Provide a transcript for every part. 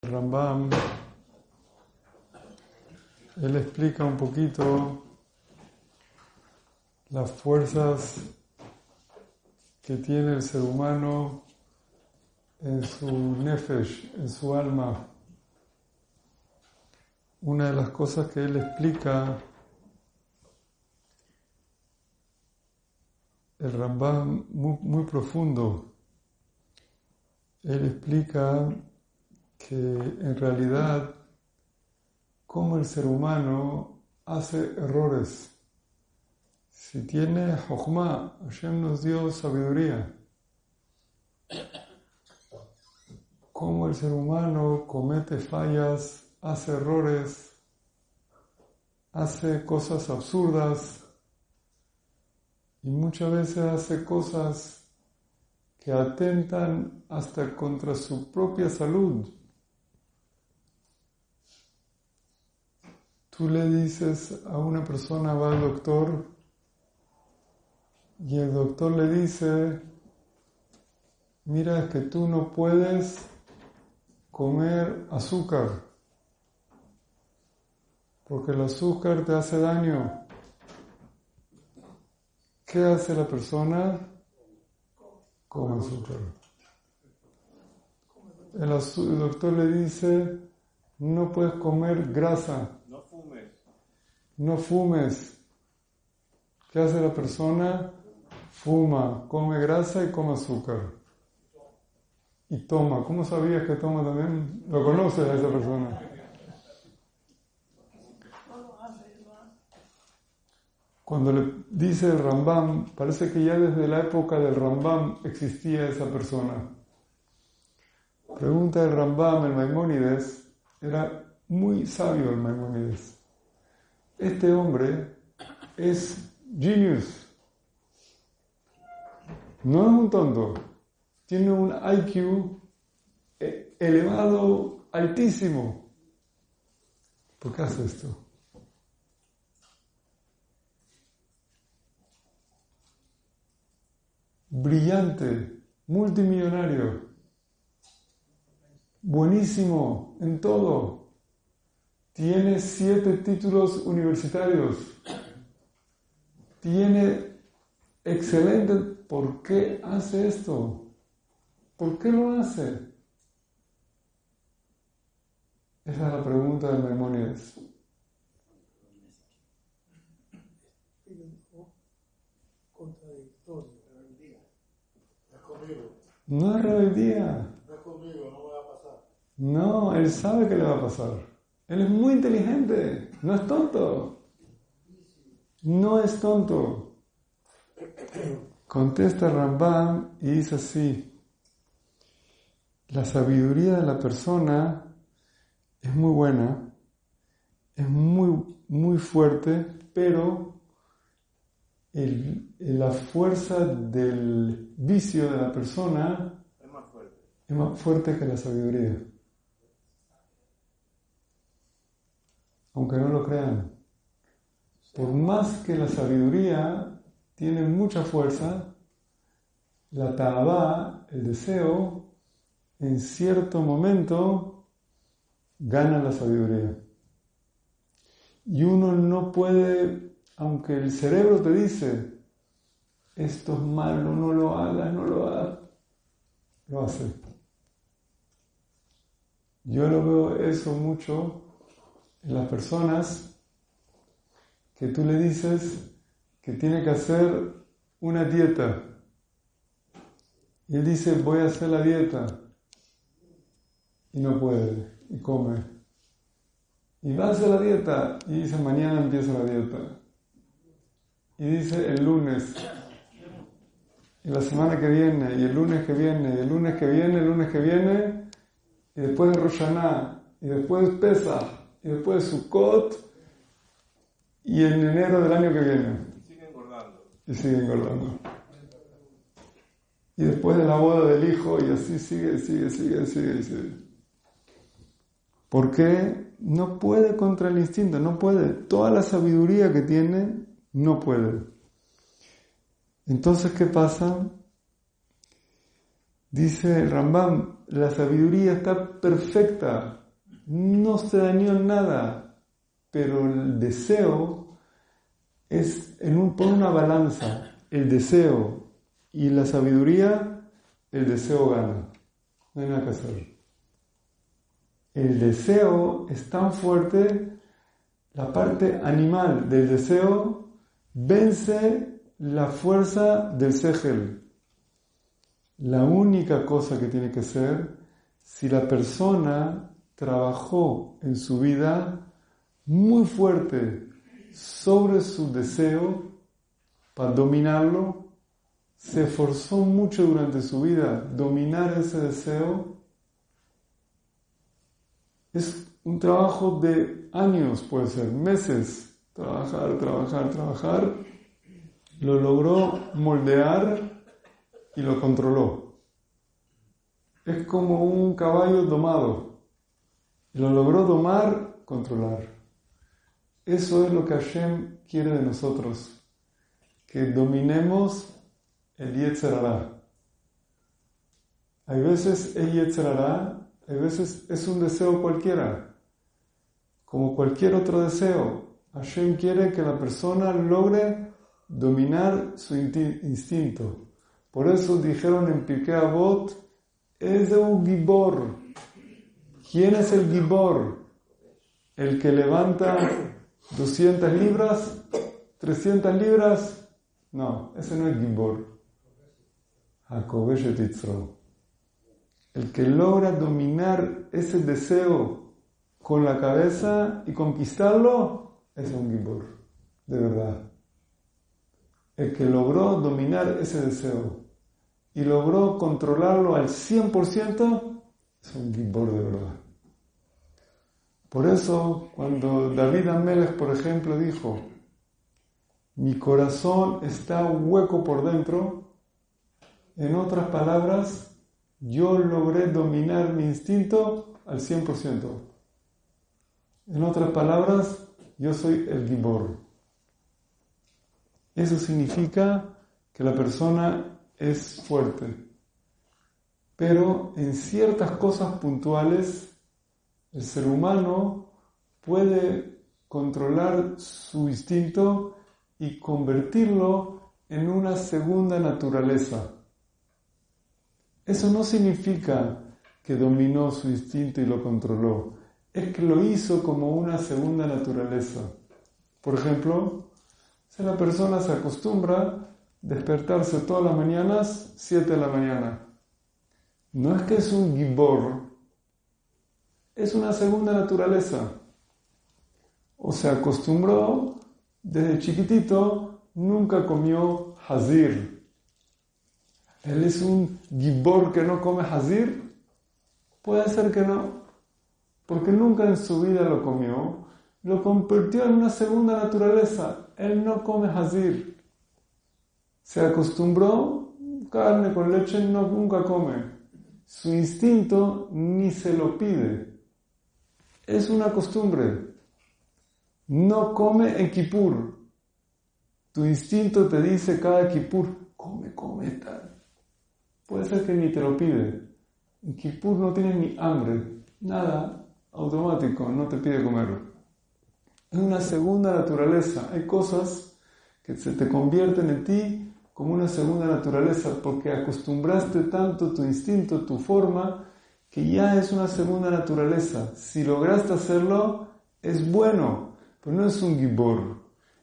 Rambam, él explica un poquito las fuerzas que tiene el ser humano en su nefesh, en su alma. Una de las cosas que él explica, el Rambam muy profundo, él explica que en realidad cómo el ser humano hace errores. Si tiene Jochma, Hashem nos dio sabiduría. Cómo el ser humano comete fallas, hace errores, hace cosas absurdas y muchas veces hace cosas que atentan hasta contra su propia salud. Tú le dices a una persona, va al doctor, y el doctor le dice, mira, es que tú no puedes comer azúcar, porque el azúcar te hace daño. ¿Qué hace la persona? Come azúcar. El doctor le dice, no puedes comer grasa. No fumes. ¿Qué hace la persona? Fuma, come grasa y come azúcar. Y toma. ¿Cómo sabías que toma también? ¿Lo conoces a esa persona? Cuando le dice el Rambam, parece que ya desde la época del Rambam existía esa persona. Pregunta el Rambam, el Maimónides, era muy sabio el Maimónides. Este hombre es genius. No es un tonto. Tiene un IQ elevado, altísimo. ¿Por qué hace esto? Brillante, multimillonario, buenísimo en todo. Tiene 7 títulos universitarios. Tiene excelente. ¿Por qué hace esto? ¿Por qué lo hace? Esa es la pregunta del Maimónides. No es rebeldía. No, él sabe que le va a pasar. Él es muy inteligente, no es tonto. No es tonto. Contesta Rambam y dice así: la sabiduría de la persona es muy buena, es muy fuerte, pero la fuerza del vicio de la persona es más fuerte que la sabiduría. Aunque no lo crean. Por más que la sabiduría tiene mucha fuerza, la ta'avá, el deseo, en cierto momento gana la sabiduría. Y uno no puede, aunque el cerebro te dice, esto es malo, no lo hagas, lo hace. Yo lo veo eso mucho en las personas que tú le dices que tiene que hacer una dieta. Y él dice, voy a hacer la dieta. Y no puede, y come. Y va a hacer la dieta, y dice, mañana empiezo la dieta. Y dice, el lunes. Y la semana que viene, y el lunes que viene, y el lunes que viene, y después de Rosh Hashanah, y después Pesach, y después Sukkot, y en enero del año que viene. Y sigue engordando. Y después de la boda del hijo, y así sigue. ¿Por qué? No puede contra el instinto, no puede. Toda la sabiduría que tiene, no puede. Entonces, ¿qué pasa? Dice el Rambam, la sabiduría está perfecta, no se dañó en nada, pero el deseo es por una balanza, el deseo y la sabiduría, el deseo gana, no hay nada que hacer. El deseo es tan fuerte, la parte animal del deseo vence la fuerza del sejel. La única cosa que tiene que ser, si la persona trabajó en su vida muy fuerte sobre su deseo para dominarlo, se esforzó mucho durante su vida dominar ese deseo, es un trabajo de años, puede ser meses, trabajar, lo logró moldear y lo controló. Es como un caballo domado, lo logró domar, controlar. Eso es lo que Hashem quiere de nosotros, que dominemos el Yetzer Hará. Hay veces es Yetzer Hará, hay veces es un deseo cualquiera, como cualquier otro deseo. Hashem quiere que la persona logre dominar su instinto. Por eso dijeron en Pirkei Avot, Ezeu Gibor. ¿Quién es el Gibor? El que levanta 200 libras, 300 libras. No, ese no es Gibor. Hakovesh Titzro. El que logra dominar ese deseo con la cabeza y conquistarlo, es un Gibor, de verdad. El que logró dominar ese deseo y logró controlarlo al 100%, es un Gibor de verdad. Por eso, cuando David Amelech, por ejemplo, dijo, mi corazón está hueco por dentro, en otras palabras, yo logré dominar mi instinto al 100%. En otras palabras, yo soy el Gibor. Eso significa que la persona es fuerte. Pero en ciertas cosas puntuales, el ser humano puede controlar su instinto y convertirlo en una segunda naturaleza. Eso no significa que dominó su instinto y lo controló. Es que lo hizo como una segunda naturaleza. Por ejemplo, si la persona se acostumbra a despertarse todas las mañanas, 7 de la mañana. No es que es un Gibor, es una segunda naturaleza. O se acostumbró, desde chiquitito, nunca comió hazir. ¿Él es un Gibor que no come hazir? Puede ser que no, porque nunca en su vida lo comió. Lo convirtió en una segunda naturaleza. Él no come hazir. Se acostumbró, carne con leche nunca come. Su instinto ni se lo pide. Es una costumbre. No come en Kippur. Tu instinto te dice cada Kippur, come tal. Puede ser que ni te lo pide. En Kippur no tienes ni hambre. Nada, automático, no te pide comerlo. Es una segunda naturaleza. Hay cosas que se te convierten en ti como una segunda naturaleza porque acostumbraste tanto tu instinto, tu forma, que ya es una segunda naturaleza. Si lograste hacerlo, es bueno, pero no es un Gibor.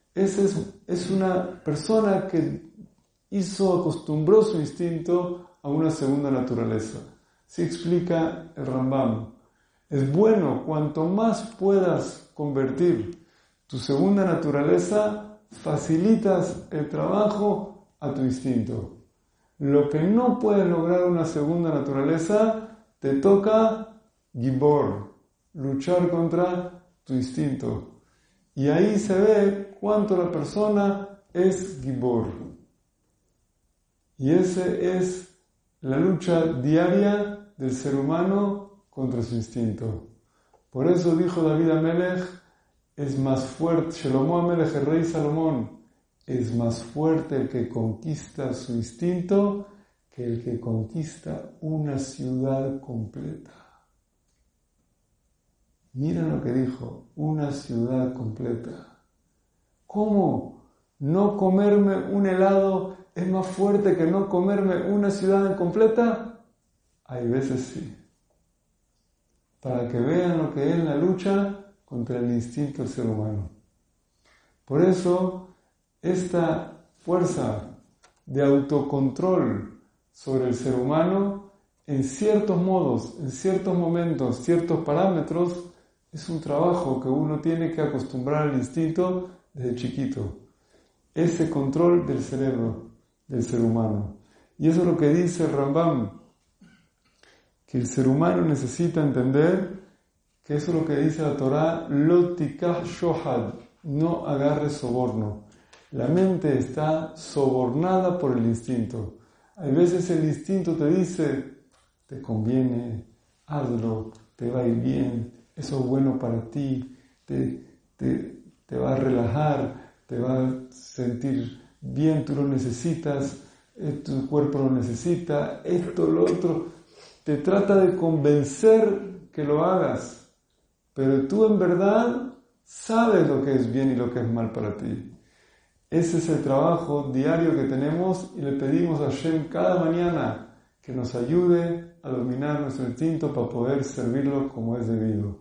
Es una persona que acostumbró su instinto a una segunda naturaleza. Así explica el Rambam. Es bueno, cuanto más puedas convertir tu segunda naturaleza, facilitas el trabajo a tu instinto. Lo que no puedes lograr una segunda naturaleza, te toca Gibor, luchar contra tu instinto. Y ahí se ve cuánto la persona es Gibor. Y esa es la lucha diaria del ser humano contra su instinto. Por eso dijo David Amelech, es más fuerte, Shlomo Amelech, el rey Salomón, es más fuerte el que conquista su instinto que el que conquista una ciudad completa. Miren lo que dijo, una ciudad completa. ¿Cómo? ¿No comerme un helado es más fuerte que no comerme una ciudad completa? Hay veces sí. Para que vean lo que es la lucha contra el instinto del ser humano. Por eso, esta fuerza de autocontrol sobre el ser humano, en ciertos modos, en ciertos momentos, ciertos parámetros, es un trabajo que uno tiene que acostumbrar al instinto desde chiquito. Ese control del cerebro del ser humano. Y eso es lo que dice el Rambam, que el ser humano necesita entender que eso es lo que dice la Torá, lo tikach shohad, no agarre soborno. La mente está sobornada por el instinto. Hay veces el instinto te dice, te conviene, hazlo, te va a ir bien, eso es bueno para ti, te va a relajar, te va a sentir bien, tú lo necesitas, tu cuerpo lo necesita, esto, lo otro. Te trata de convencer que lo hagas, pero tú en verdad sabes lo que es bien y lo que es mal para ti. Ese es el trabajo diario que tenemos y le pedimos a Hashem cada mañana que nos ayude a dominar nuestro instinto para poder servirlo como es debido.